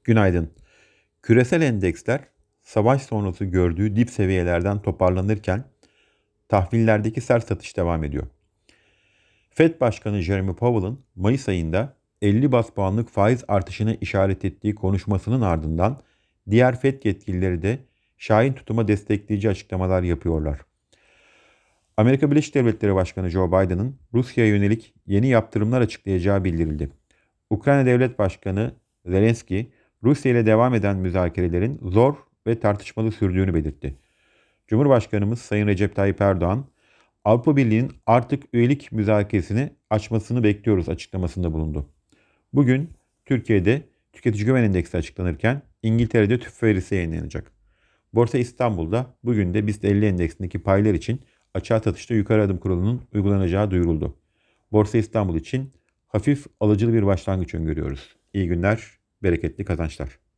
Günaydın. Küresel endeksler savaş sonrası gördüğü dip seviyelerden toparlanırken tahvillerdeki sert satış devam ediyor. Fed Başkanı Jeremy Powell'ın Mayıs ayında 50 bas puanlık faiz artışını işaret ettiği konuşmasının ardından diğer Fed yetkilileri de şahin tutuma destekleyici açıklamalar yapıyorlar. Amerika Birleşik Devletleri Başkanı Joe Biden'ın Rusya'ya yönelik yeni yaptırımlar açıklayacağı bildirildi. Ukrayna Devlet Başkanı Zelenski, Rusya ile devam eden müzakerelerin zor ve tartışmalı sürdüğünü belirtti. Cumhurbaşkanımız Sayın Recep Tayyip Erdoğan, Avrupa Birliği'nin artık üyelik müzakeresini açmasını bekliyoruz açıklamasında bulundu. Bugün Türkiye'de tüketici güven endeksi açıklanırken İngiltere'de tüfe verisi yayınlanacak. Borsa İstanbul'da bugün de BIST 50 endeksindeki paylar için açığa satışta yukarı adım kuralının uygulanacağı duyuruldu. Borsa İstanbul için hafif alıcılı bir başlangıç öngörüyoruz. İyi günler, bereketli kazançlar.